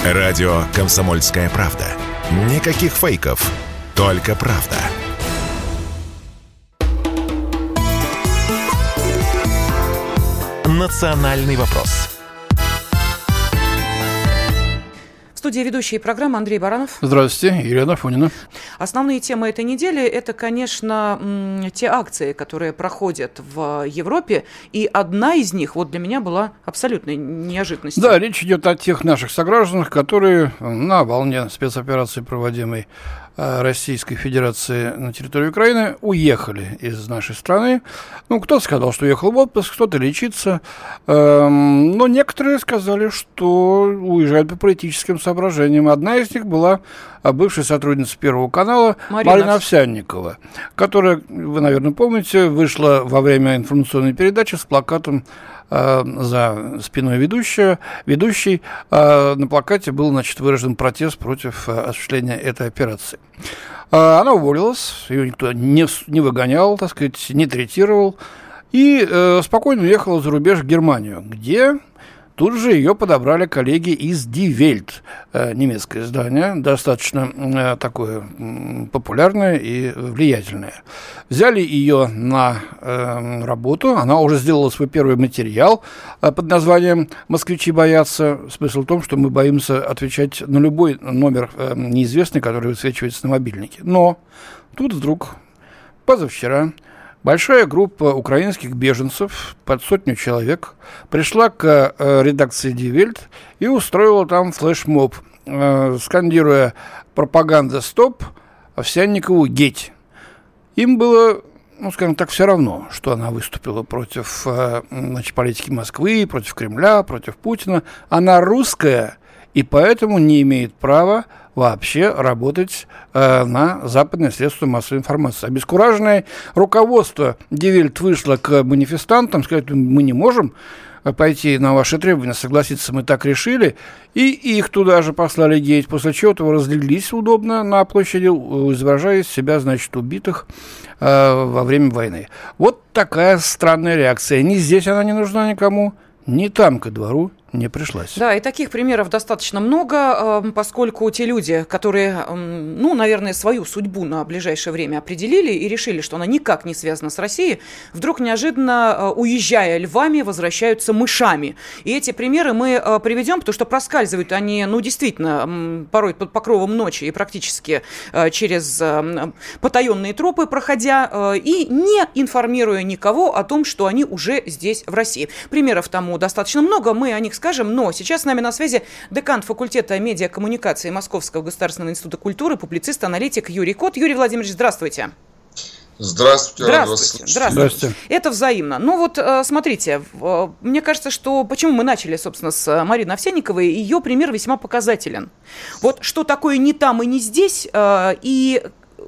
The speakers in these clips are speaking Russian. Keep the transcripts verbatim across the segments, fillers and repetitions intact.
Радио «Комсомольская правда». Никаких фейков, только правда. «Национальный вопрос». В студии ведущие программы Андрей Баранов. Здравствуйте, Елена Афонина. Основные темы этой недели – это, конечно, м- те акции, которые проходят в Европе, и одна из них вот для меня была абсолютной неожиданностью. Да, речь идет о тех наших согражданах, которые на волне спецоперации, проводимой Российской Федерации на территории Украины, уехали из нашей страны. Ну, кто-то сказал, что уехал в отпуск, кто-то лечиться. Эм, но некоторые сказали, что уезжают по политическим соображениям. Одна из них была бывшая сотрудница Первого канала Марина, Марина Овсянникова, которая, вы, наверное, помните, вышла во время информационной передачи с плакатом за спиной ведущего, ведущей. На плакате был, значит, выражен протест против осуществления этой операции. Она уволилась, ее никто не, не выгонял, так сказать, не третировал, и э, спокойно уехала за рубеж в Германию, где тут же ее подобрали коллеги из Die Welt, э, немецкое издание, достаточно э, такое э, популярное и влиятельное. Взяли ее на э, работу, она уже сделала свой первый материал э, под названием «Москвичи боятся». Смысл в том, что мы боимся отвечать на любой номер э, неизвестный, который высвечивается на мобильнике. Но тут вдруг позавчера большая группа украинских беженцев, под сотню человек, пришла к э, редакции Die Welt и устроила там флешмоб, э, скандируя «Пропаганда стоп, Овсянникову геть». Им было, ну, скажем так, все равно, что она выступила против э, значит, политики Москвы, против Кремля, против Путина. Она русская и поэтому не имеет права вообще работать э, на западные средства массовой информации. Обескураженное руководство Die Welt вышло к манифестантам, сказать, мы не можем пойти на ваши требования, согласиться, мы так решили, и их туда же послали геть, после чего-то разлеглись удобно на площади, изображая из себя, значит, убитых э, во время войны. Вот такая странная реакция. Ни здесь она не нужна никому, ни там ко двору не пришлось. Да, и таких примеров достаточно много, поскольку те люди, которые, ну, наверное, свою судьбу на ближайшее время определили и решили, что она никак не связана с Россией, вдруг неожиданно, уезжая львами, возвращаются мышами. И эти примеры мы приведем, потому что проскальзывают они, ну, действительно, порой под покровом ночи и практически через потаенные тропы проходя, и не информируя никого о том, что они уже здесь, в России. Примеров тому достаточно много, мы о них скажем, но сейчас с нами на связи декан факультета медиакоммуникации Московского государственного института культуры, публицист, аналитик Юрий Кот. Юрий Владимирович, здравствуйте. Здравствуйте. Здравствуйте. Здравствуйте. Здравствуйте. Это взаимно. Ну вот, смотрите, мне кажется, что почему мы начали, собственно, с Марины Овсянниковой, ее пример весьма показателен. Вот что такое не там и не здесь, и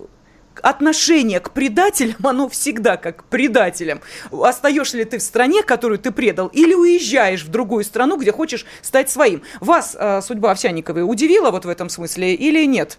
отношение к предателям, оно всегда как к предателям. Остаешься ли ты в стране, которую ты предал, или уезжаешь в другую страну, где хочешь стать своим? Вас э, судьба Овсянниковой удивила вот в этом смысле или нет?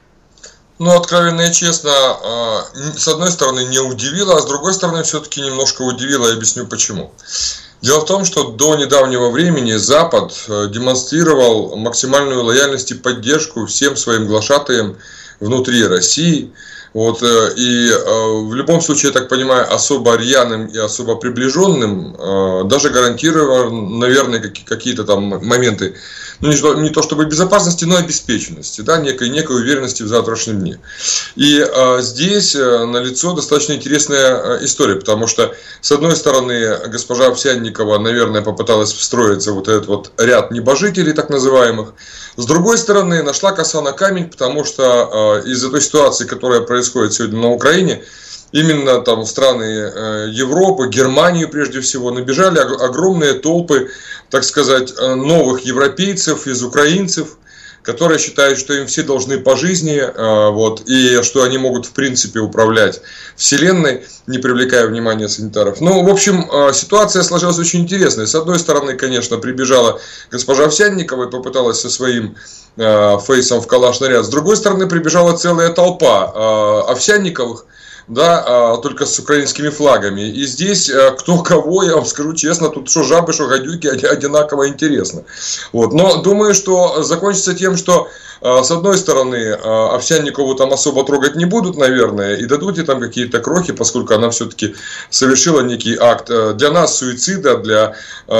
Ну, откровенно и честно, э, с одной стороны не удивила, а с другой стороны все-таки немножко удивила, я объясню почему. Дело в том, что до недавнего времени Запад демонстрировал максимальную лояльность и поддержку всем своим глашатаям внутри России. Вот, и в любом случае, я так понимаю, особо рьяным и особо приближенным даже гарантировал, наверное, какие-то там моменты, ну, не то, не то чтобы безопасности, но обеспеченности, да, некой, некой уверенности в завтрашнем дне. И а, здесь налицо достаточно интересная история, потому что, с одной стороны, госпожа Овсянникова, наверное, попыталась встроиться вот этот вот ряд небожителей, так называемых. С другой стороны, нашла коса на камень, потому что э, из-за той ситуации, которая происходит сегодня на Украине, именно там страны э, Европы, Германию прежде всего, набежали ог- огромные толпы, так сказать, новых европейцев из украинцев, которые считают, что им все должны по жизни, э, вот, и что они могут в принципе управлять вселенной, не привлекая внимания санитаров. Ну, в общем, э, ситуация сложилась очень интересная. С одной стороны, конечно, прибежала госпожа Овсянникова и попыталась со своим э, фейсом в калаш наряд. С другой стороны, прибежала целая толпа э, Овсянниковых, да, только с украинскими флагами. И здесь кто кого, я вам скажу честно, тут что жабы, что гадюки, одинаково интересно. Вот. Но думаю, что закончится тем, что с одной стороны Овсянникову там особо трогать не будут, наверное, и дадут ей там какие-то крохи, поскольку она все-таки совершила некий акт для нас суицида, для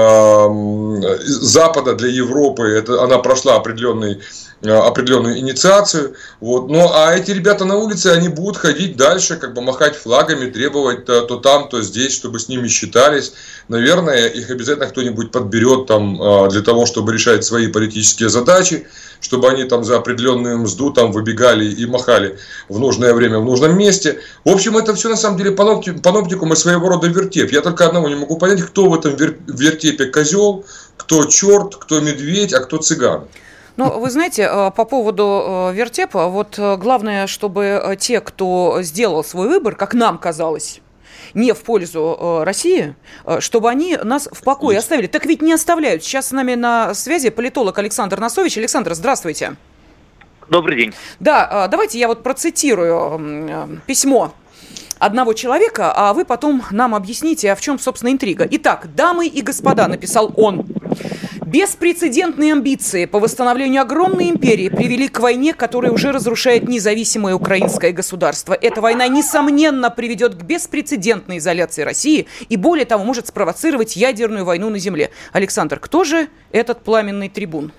э, Запада, для Европы. Это, она прошла определенный определенную инициацию. Вот. Ну, а эти ребята на улице, они будут ходить дальше, как бы махать флагами, требовать то, то там, то здесь, чтобы с ними считались. Наверное, их обязательно кто-нибудь подберет там для того, чтобы решать свои политические задачи, чтобы они там за определенную мзду там выбегали и махали в нужное время, в нужном месте. В общем, это все на самом деле паноптикум и своего рода вертеп. Я только одного не могу понять, кто в этом вертепе козел, кто черт, кто медведь, а кто цыган. Ну, вы знаете, по поводу вертепа, вот главное, чтобы те, кто сделал свой выбор, как нам казалось, не в пользу России, чтобы они нас в покое оставили. Так ведь не оставляют. Сейчас с нами на связи политолог Александр Носович. Александр, здравствуйте. Добрый день. Да, давайте я вот процитирую письмо одного человека, а вы потом нам объясните, а в чем, собственно, интрига. Итак, дамы и господа, написал он. Беспрецедентные амбиции по восстановлению огромной империи привели к войне, которая уже разрушает независимое украинское государство. Эта война, несомненно, приведет к беспрецедентной изоляции России и, более того, может спровоцировать ядерную войну на земле. Александр, кто же этот пламенный трибун?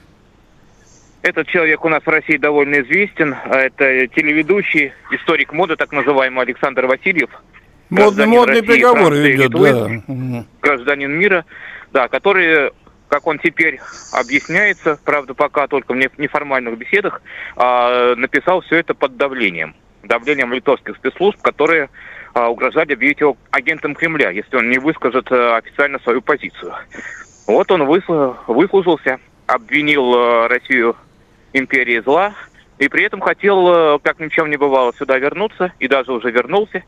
Этот человек у нас в России довольно известен. Это телеведущий, историк моды, так называемый Александр Васильев. Модный, модный приговор идет, Литвы, да. Гражданин мира, да, который... как он теперь объясняется, правда, пока только в неформальных беседах, а, написал все это под давлением. Давлением литовских спецслужб, которые а, угрожали объявить его агентом Кремля, если он не выскажет а, официально свою позицию. Вот он высл- выслужился, обвинил а, Россию империи зла, и при этом хотел, а, как ни в чем не бывало, сюда вернуться, и даже уже вернулся,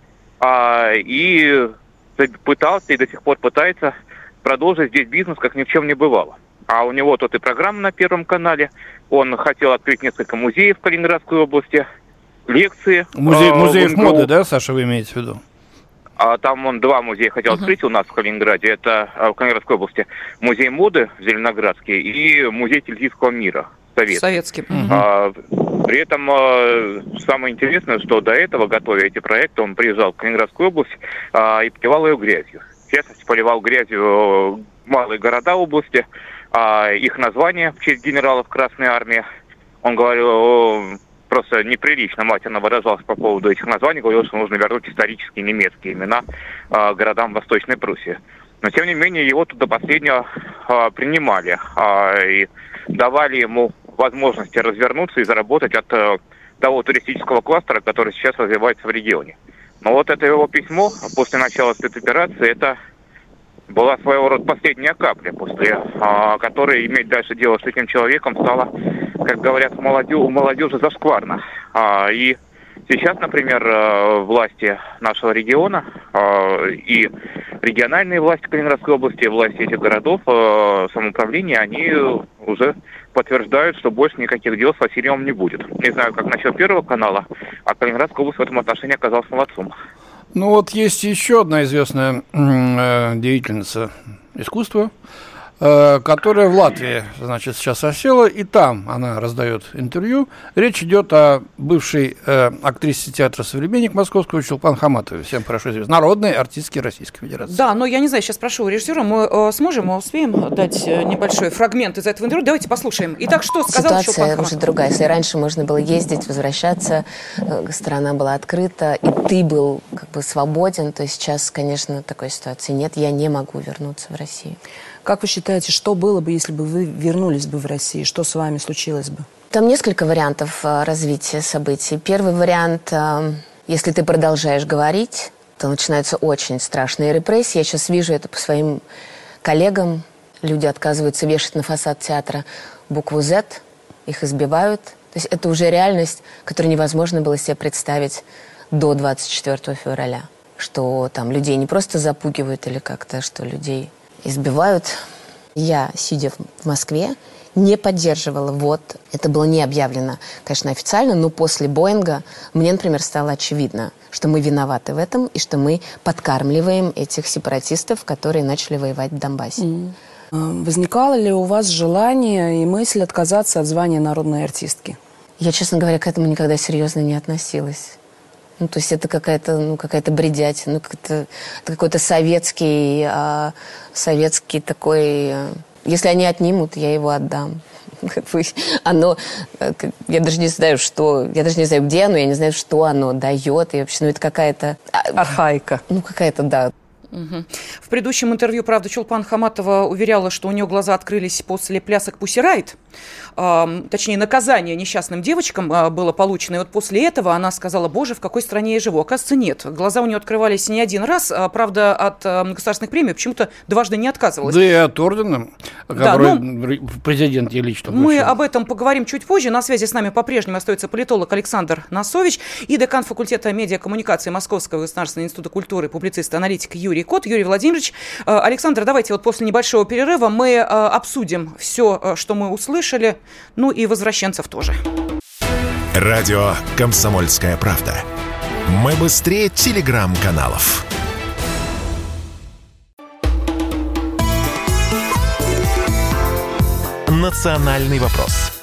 а, и пытался, и до сих пор пытается продолжить здесь бизнес, как ни в чем не бывало. А у него тут и программа на Первом канале. Он хотел открыть несколько музеев в Калининградской области, лекции. Музей, э, музеев моды, да, Саша, вы имеете в виду? А там он два музея хотел uh-huh. открыть у нас в Калининграде. Это в Калининградской области музей моды в Зеленоградске и музей Тильзитского мира. Советский. Советский. Uh-huh. А, при этом а, самое интересное, что до этого, готовя эти проекты, он приезжал в Калининградскую область а, и поливал ее грязью. В частности, поливал грязью малые города области, а их названия в честь генералов Красной Армии. Он говорил, о, просто неприлично матерно выражался по поводу этих названий, говорил, что нужно вернуть исторические немецкие имена а, городам Восточной Пруссии. Но, тем не менее, его тут до последнего а, принимали а, и давали ему возможности развернуться и заработать от а, того туристического кластера, который сейчас развивается в регионе. Но вот это его письмо после начала спецоперации, это была своего рода последняя капля, после а, которой иметь дальше дело с этим человеком стало, как говорят, у молодежи, у молодежи зашкварно. А, и сейчас, например, власти нашего региона а, и региональные власти Калининградской области, власти этих городов, а, самоуправления, они уже подтверждают, что больше никаких дел с Васильевым не будет. Не знаю, как насчет Первого канала, а Калининградская область в этом отношении оказалась молодцом. Ну вот есть еще одна известная э, деятельница искусства, э, которая в Латвии, значит, сейчас осела, и там она раздает интервью. Речь идет о бывшей э, актрисе театра «Современник» московского Чулпан Хаматовой, всем хорошо известной, народной артистки Российской Федерации. Да, но я не знаю, сейчас прошу у режиссера, мы э, сможем, мы успеем дать небольшой фрагмент из этого интервью. Давайте послушаем. Итак, что сказал Чулпан Хаматова? Ситуация уже другая. Если раньше можно было ездить, возвращаться, страна была открыта, и ты был как бы свободен, то сейчас, конечно, такой ситуации нет. Я не могу вернуться в Россию. Как вы считаете, что было бы, если бы вы вернулись бы в Россию? Что с вами случилось бы? Там несколько вариантов развития событий. Первый вариант, если ты продолжаешь говорить, то начинаются очень страшные репрессии. Я сейчас вижу это по своим коллегам. Люди отказываются вешать на фасад театра букву «З», их избивают. То есть это уже реальность, которую невозможно было себе представить до двадцать четвёртого февраля. Что там людей не просто запугивают или как-то, что людей избивают. Я, сидя в Москве, не поддерживала. Вот, это было не объявлено, конечно, официально, но после Боинга мне, например, стало очевидно, что мы виноваты в этом и что мы подкармливаем этих сепаратистов, которые начали воевать в Донбассе. Mm. Возникало ли у вас желание и мысль отказаться от звания народной артистки? Я, честно говоря, к этому никогда серьезно не относилась. Ну, то есть это какая-то, ну, какая-то бредятина, ну, какой-то, какой-то советский, а, советский такой... Если они отнимут, я его отдам. Оно, я даже не знаю, что, я даже не знаю, где оно, я не знаю, что оно дает. И вообще, ну, это какая-то... Архаика. Ну, какая-то, да. Угу. В предыдущем интервью, правда, Чулпан Хаматова уверяла, что у нее глаза открылись после плясок Pussy Riot. Э, точнее, наказание несчастным девочкам э, было получено. И вот после этого она сказала: боже, в какой стране я живу? Оказывается, нет. Глаза у нее открывались не один раз. А, правда, от э, государственных премий почему-то дважды не отказывалась. Да и от ордена, который да, ну, президент ей лично мы вручил. Об этом поговорим чуть позже. На связи с нами по-прежнему остается политолог Александр Насович и декан факультета медиакоммуникации Московского государственного института культуры, публицист, аналитик Юрий Кот. Юрий Владимирович, Александр, давайте вот после небольшого перерыва мы обсудим все, что мы услышали, ну и возвращенцев тоже. Радио «Комсомольская правда». Мы быстрее телеграм-каналов. «Национальный вопрос».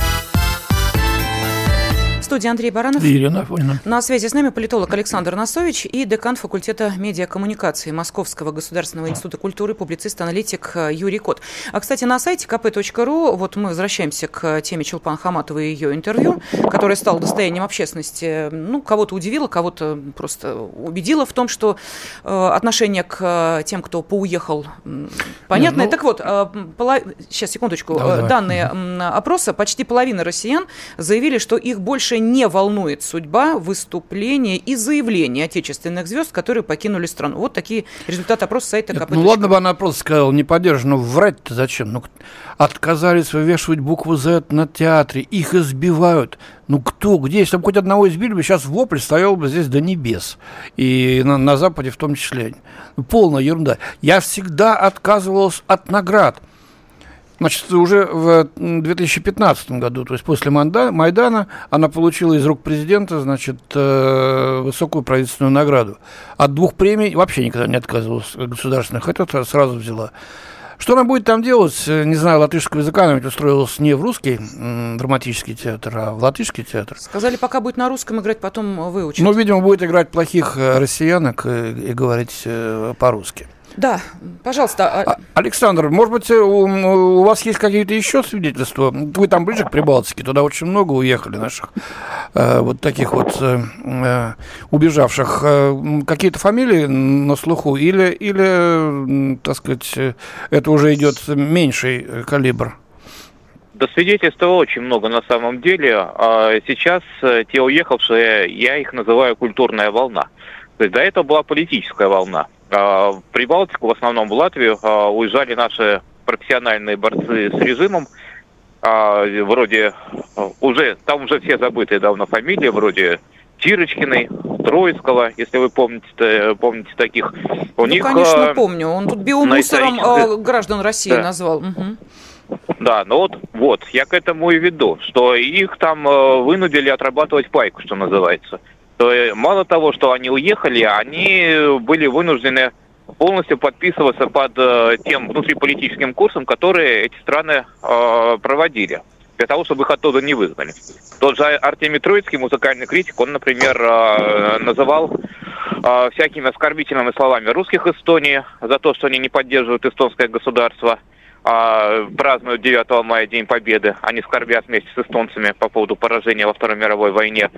В студии Андрей Баранов. Ирина Афонина. На связи с нами политолог Александр Насович и декан факультета медиакоммуникации Московского государственного института культуры, публицист, аналитик Юрий Кот. А, кстати, на сайте ка пэ точка ру, вот мы возвращаемся к теме Чулпан Хаматовой и ее интервью, которое стало достоянием общественности. Ну, кого-то удивило, кого-то просто убедило в том, что э, отношение к тем, кто поуехал, понятное. Ну, так вот, э, поло... сейчас, секундочку. Давай, Данные давай. опроса: почти половина россиян заявили, что их больше не волнует судьба, выступления и заявления отечественных звезд, которые покинули страну. Вот такие результаты опроса сайта ка пэ точка ру. Ну ладно бы она просто сказала, не поддержана, но врать-то зачем? Ну, отказались вывешивать букву Z на театре, их избивают. Ну кто, где? Если бы хоть одного избили бы, сейчас вопль стоял бы здесь до небес. И на, на Западе в том числе. Ну, полная ерунда. Я всегда отказывался от наград. Значит, уже в две тысячи пятнадцатом году, то есть после Майдана, она получила из рук президента, значит, высокую правительственную награду. От двух премий вообще никогда не отказывалась государственных, это сразу взяла. Что она будет там делать, не знаю, латышского языка, она ведь устроилась не в русский м, драматический театр, а в латышский театр. Сказали, пока будет на русском играть, потом выучить. Ну, видимо, будет играть плохих россиянок и, и говорить э, по-русски. Да, пожалуйста. Александр, может быть, у, у вас есть какие-то еще свидетельства? Вы там ближе к Прибалтике, туда очень много уехали наших э, вот таких вот э, убежавших. Э, какие-то фамилии на слуху или, или, так сказать, это уже идет меньший калибр? Да, свидетельств очень много на самом деле. Сейчас те уехавшие, я их называю культурная волна. То есть до этого была политическая волна. В Прибалтику, в основном в Латвию, уезжали наши профессиональные борцы с режимом. Вроде уже, там уже все забытые давно фамилии, вроде Чирочкиной, Троицкого, если вы помните, помните таких. У ну, них, конечно, помню. Он тут биомусором исторических... граждан России да. назвал. Угу. Да, ну вот, вот, я к этому и веду, что их там вынудили отрабатывать пайку, что называется. То мало того, что они уехали, они были вынуждены полностью подписываться под э, тем внутриполитическим курсом, который эти страны э, проводили, для того, чтобы их оттуда не выгнали. Тот же Артемий Троицкий, музыкальный критик, он, например, э, называл э, всякими оскорбительными словами русских Эстонии за то, что они не поддерживают эстонское государство, э, празднуют девятого мая День Победы, они скорбят вместе с эстонцами по поводу поражения во Второй мировой войне.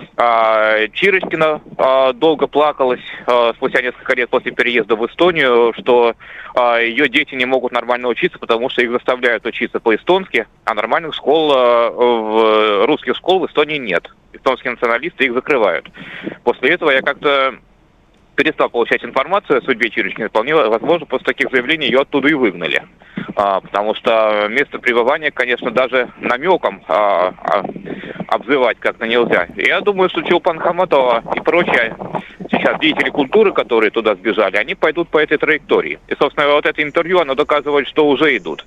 Чирочкина а, долго плакалась а, спустя несколько лет после переезда в Эстонию, что а, ее дети не могут нормально учиться, потому что их заставляют учиться по-эстонски, а нормальных школ, а, в, русских школ в Эстонии нет. Эстонские националисты их закрывают. После этого я как-то перестал получать информацию о судьбе Чирочкиной. Вполне возможно, после таких заявлений ее оттуда и выгнали. А, потому что место пребывания, конечно, даже намеком а, а, обзывать как-то нельзя. Я думаю, что Чулпан Хаматова и прочие сейчас деятели культуры, которые туда сбежали, они пойдут по этой траектории. И, собственно, вот это интервью, оно доказывает, что уже идут.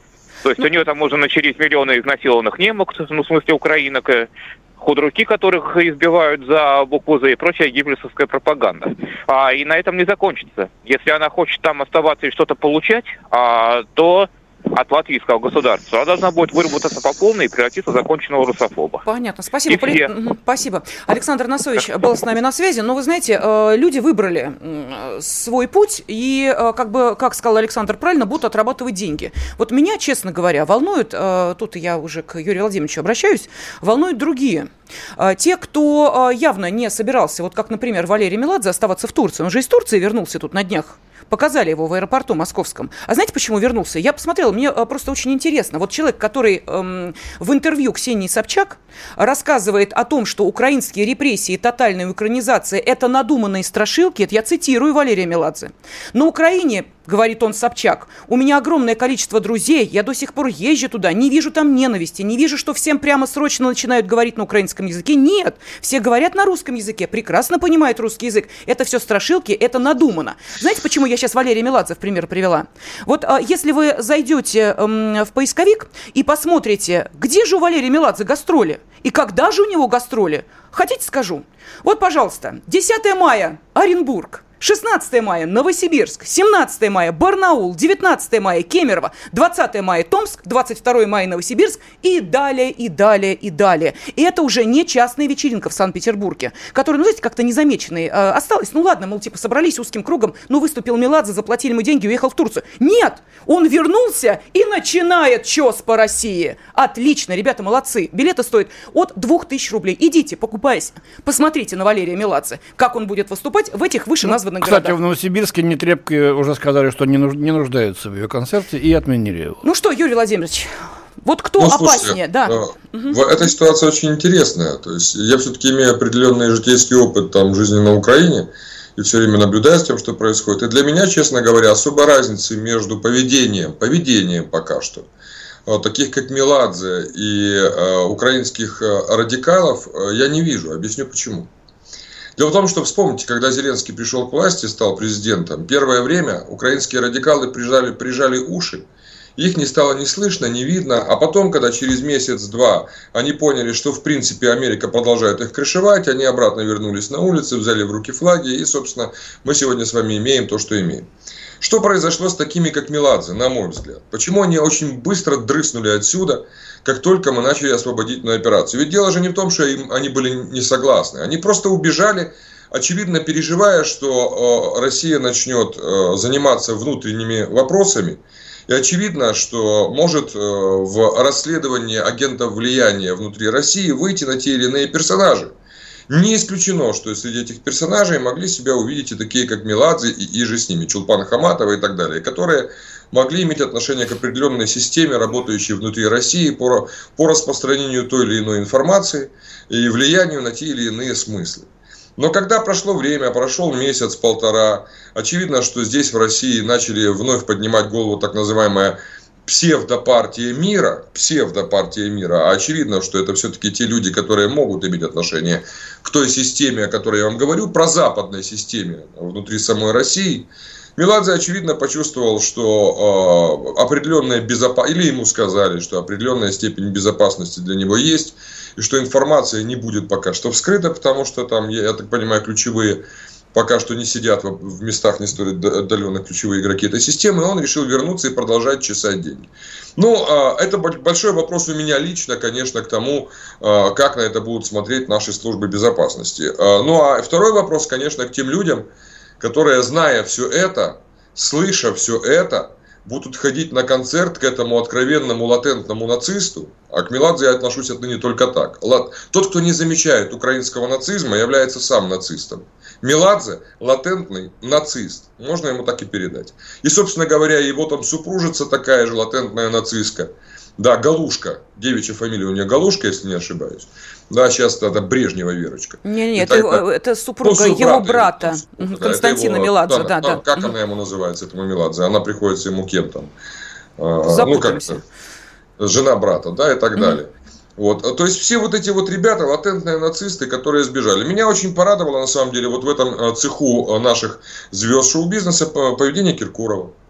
То есть ну... у нее там можно начались миллионы изнасилованных немок, ну, в смысле украинок, худруки, которых избивают за букву «З» и прочая гиблисовская пропаганда. А, и на этом не закончится. Если она хочет там оставаться и что-то получать, а, то от латвийского государства она должна будет выработаться по полной и превратиться в законченного русофоба. Понятно. Спасибо. Поли... Спасибо. Александр Насович был с нами на связи. Но вы знаете, люди выбрали свой путь и, как бы, как сказал Александр правильно, будут отрабатывать деньги. Вот меня, честно говоря, волнует, тут я уже к Юрию Владимировичу обращаюсь, волнуют другие. Те, кто явно не собирался, вот как, например, Валерий Меладзе, оставаться в Турции. Он же из Турции вернулся тут на днях. Показали его в аэропорту московском. А знаете, почему вернулся? Я посмотрела, мне просто очень интересно. Вот человек, который эм, в интервью Ксении Собчак рассказывает о том, что украинские репрессии и тотальная украинизация – это надуманные страшилки, это я цитирую Валерия Меладзе. На Украине, говорит он, Собчак, у меня огромное количество друзей, я до сих пор езжу туда, не вижу там ненависти, не вижу, что всем прямо срочно начинают говорить на украинском языке. Нет, все говорят на русском языке, прекрасно понимают русский язык. Это все страшилки, это надумано. Знаете, почему я сейчас Валерия Меладзе в пример привела? Вот а, если вы зайдете эм, в поисковик и посмотрите, где же у Валерия Меладзе гастроли и когда же у него гастроли, хотите скажу? Вот, пожалуйста, десятое мая Оренбург. шестнадцатое мая Новосибирск, семнадцатое мая Барнаул, девятнадцатое мая Кемерово, двадцатое мая Томск, двадцать второе мая Новосибирск и далее, и далее, и далее. И это уже не частная вечеринка в Санкт-Петербурге, которая, ну, знаете, как-то незамеченной э, осталась. Ну, ладно, мол, типа, собрались узким кругом, ну, выступил Меладзе, заплатили ему деньги, уехал в Турцию. Нет! Он вернулся и начинает чес по России. Отлично, ребята, молодцы. Билеты стоят от двух тысяч рублей. Идите, покупайте, посмотрите на Валерия Меладзе, как он будет выступать в этих вышеназванных Кстати, городах. в Новосибирске Нетребко уже сказали, что не, нуж- не нуждаются в ее концерте, и отменили его. Ну что, Юрий Владимирович, вот кто ну, опаснее? Слушайте, да. э, угу. Эта ситуация очень интересная. То есть я все-таки имею определенный житейский опыт там, жизни на Украине и все время наблюдаю за тем, что происходит. И для меня, честно говоря, особой разницы между поведением, поведением пока что, таких как Меладзе и э, украинских радикалов, э, я не вижу. Объясню почему. Дело в том, что вспомните, когда Зеленский пришел к власти, стал президентом, первое время украинские радикалы прижали, прижали уши, их не стало ни слышно, ни видно, а потом, когда через месяц-два они поняли, что в принципе Америка продолжает их крышевать, они обратно вернулись на улицы, взяли в руки флаги, и, собственно, мы сегодня с вами имеем то, что имеем. Что произошло с такими, как Меладзе, на мой взгляд? Почему они очень быстро дрыснули отсюда, как только мы начали освободительную операцию? Ведь дело же не в том, что им, они были не согласны. Они просто убежали, очевидно переживая, что э, Россия начнет э, заниматься внутренними вопросами. И очевидно, что может э, в расследовании агентов влияния внутри России выйти на те или иные персонажи. Не исключено, что среди этих персонажей могли себя увидеть и такие, как Меладзе, и, и же с ними, Чулпан Хаматова и так далее, которые могли иметь отношение к определенной системе, работающей внутри России по, по распространению той или иной информации и влиянию на те или иные смыслы. Но когда прошло время, прошел месяц-полтора, очевидно, что здесь в России начали вновь поднимать голову так называемая псевдопартия мира, псевдопартия мира, а очевидно, что это все-таки те люди, которые могут иметь отношение к той системе, о которой я вам говорю, прозападной системе внутри самой России. Меладзе, очевидно, почувствовал, что э, определенная безопасность, или ему сказали, что определенная степень безопасности для него есть, и что информация не будет пока что вскрыта, потому что там, я, я так понимаю, ключевые пока что не сидят в местах не столь отдаленных ключевые игроки этой системы, и он решил вернуться и продолжать чесать деньги. Ну, это большой вопрос у меня лично, конечно, к тому, как на это будут смотреть наши службы безопасности. Ну, а второй вопрос, конечно, к тем людям, которые, зная все это, слыша все это, будут ходить на концерт к этому откровенному латентному нацисту, а к Меладзе я отношусь отныне только так. Тот, кто не замечает украинского нацизма, является сам нацистом. Меладзе – латентный нацист. Можно ему так и передать. И, собственно говоря, его там супружица такая же латентная нацистка. Да, Галушка. Девичья фамилия у нее Галушка, если не ошибаюсь. Да, сейчас это Брежнева Верочка. Не-не, это, так, это супруга ну, его брата, его, Константина его, Меладзе. Да, да, да. Как угу. она ему называется, этому Меладзе? Она приходится ему кем там? Запутаемся. Ну, как жена брата, да, и так угу. далее. Вот. То есть все вот эти вот ребята, латентные нацисты, которые сбежали. Меня очень порадовало, на самом деле, вот в этом цеху наших звезд шоу-бизнеса поведение Киркорова.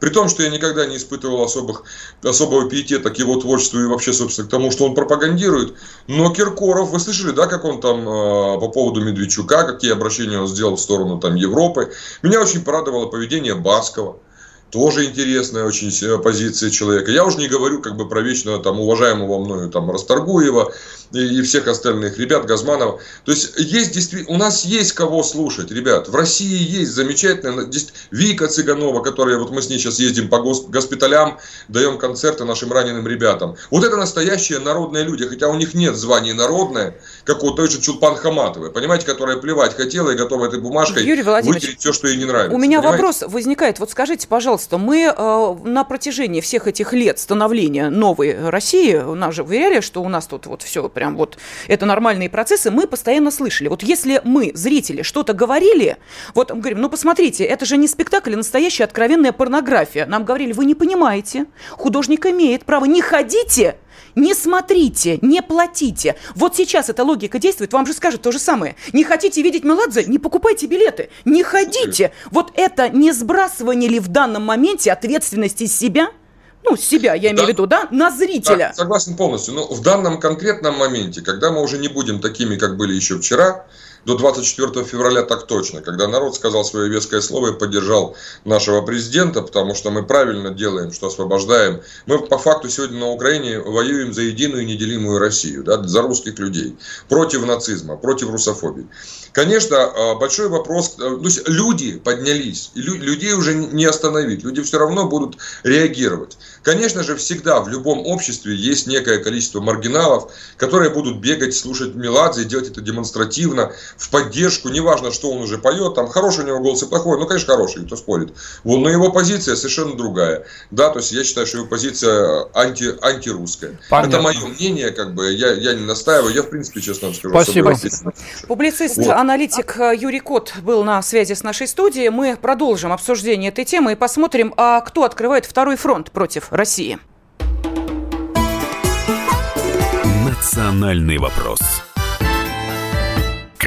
При том, что я никогда не испытывал особых, особого пиетета к его творчеству и вообще, собственно, к тому, что он пропагандирует. Но Киркоров, вы слышали, да, как он там э, по поводу Медведчука, какие обращения он сделал в сторону там Европы. Меня очень порадовало поведение Баскова. Тоже интересная очень позиция человека. Я уже не говорю как бы про вечно там уважаемого мною там Расторгуева и, и всех остальных ребят, Газманова. То есть есть действительно, у нас есть кого слушать, ребят. В России есть замечательная Вика Цыганова, которая вот мы с ней сейчас ездим по госпиталям, даем концерты нашим раненым ребятам. Вот это настоящие народные люди, хотя у них нет звания народное, как у той же Чулпан Хаматовой, понимаете, которая плевать хотела и готова этой бумажкой вытереть все, что ей не нравится. У меня понимаете? Вопрос возникает. Вот скажите, пожалуйста, мы э, на протяжении всех этих лет становления новой России, нас же уверяли, что у нас тут вот все прям вот, это нормальные процессы, мы постоянно слышали. Вот если мы, зрители, что-то говорили, вот мы говорим, ну посмотрите, это же не спектакль, а настоящая откровенная порнография. Нам говорили, вы не понимаете, художник имеет право, не ходите, не смотрите, не платите. Вот сейчас эта логика действует, вам же скажут то же самое. Не хотите видеть Меладзе? Не покупайте билеты, не ходите. Вот это не сбрасывание ли в данном моменте ответственности с себя? Ну, с себя, я имею да. в виду, да, на зрителя. Да, согласен полностью. Но в данном конкретном моменте, когда мы уже не будем такими, как были еще вчера, до двадцать четвёртого февраля так точно, когда народ сказал свое веское слово и поддержал нашего президента, потому что мы правильно делаем, что освобождаем. Мы по факту сегодня на Украине воюем за единую неделимую Россию, да, за русских людей, против нацизма, против русофобии. Конечно, большой вопрос, то есть люди поднялись, и людей уже не остановить, люди все равно будут реагировать. Конечно же, всегда в любом обществе есть некое количество маргиналов, которые будут бегать, слушать Меладзе и делать это демонстративно, в поддержку, неважно, что он уже поет, там хороший у него голос и плохой, ну, конечно, хороший, кто спорит. Вот, но его позиция совершенно другая. Да, то есть я считаю, что его позиция анти, антирусская. Понятно. Это мое мнение, как бы, я, я не настаиваю, я, в принципе, честно скажу. Спасибо. Публицист, вот. аналитик Юрий Кот был на связи с нашей студией. Мы продолжим обсуждение этой темы и посмотрим, а кто открывает второй фронт против России. Национальный вопрос.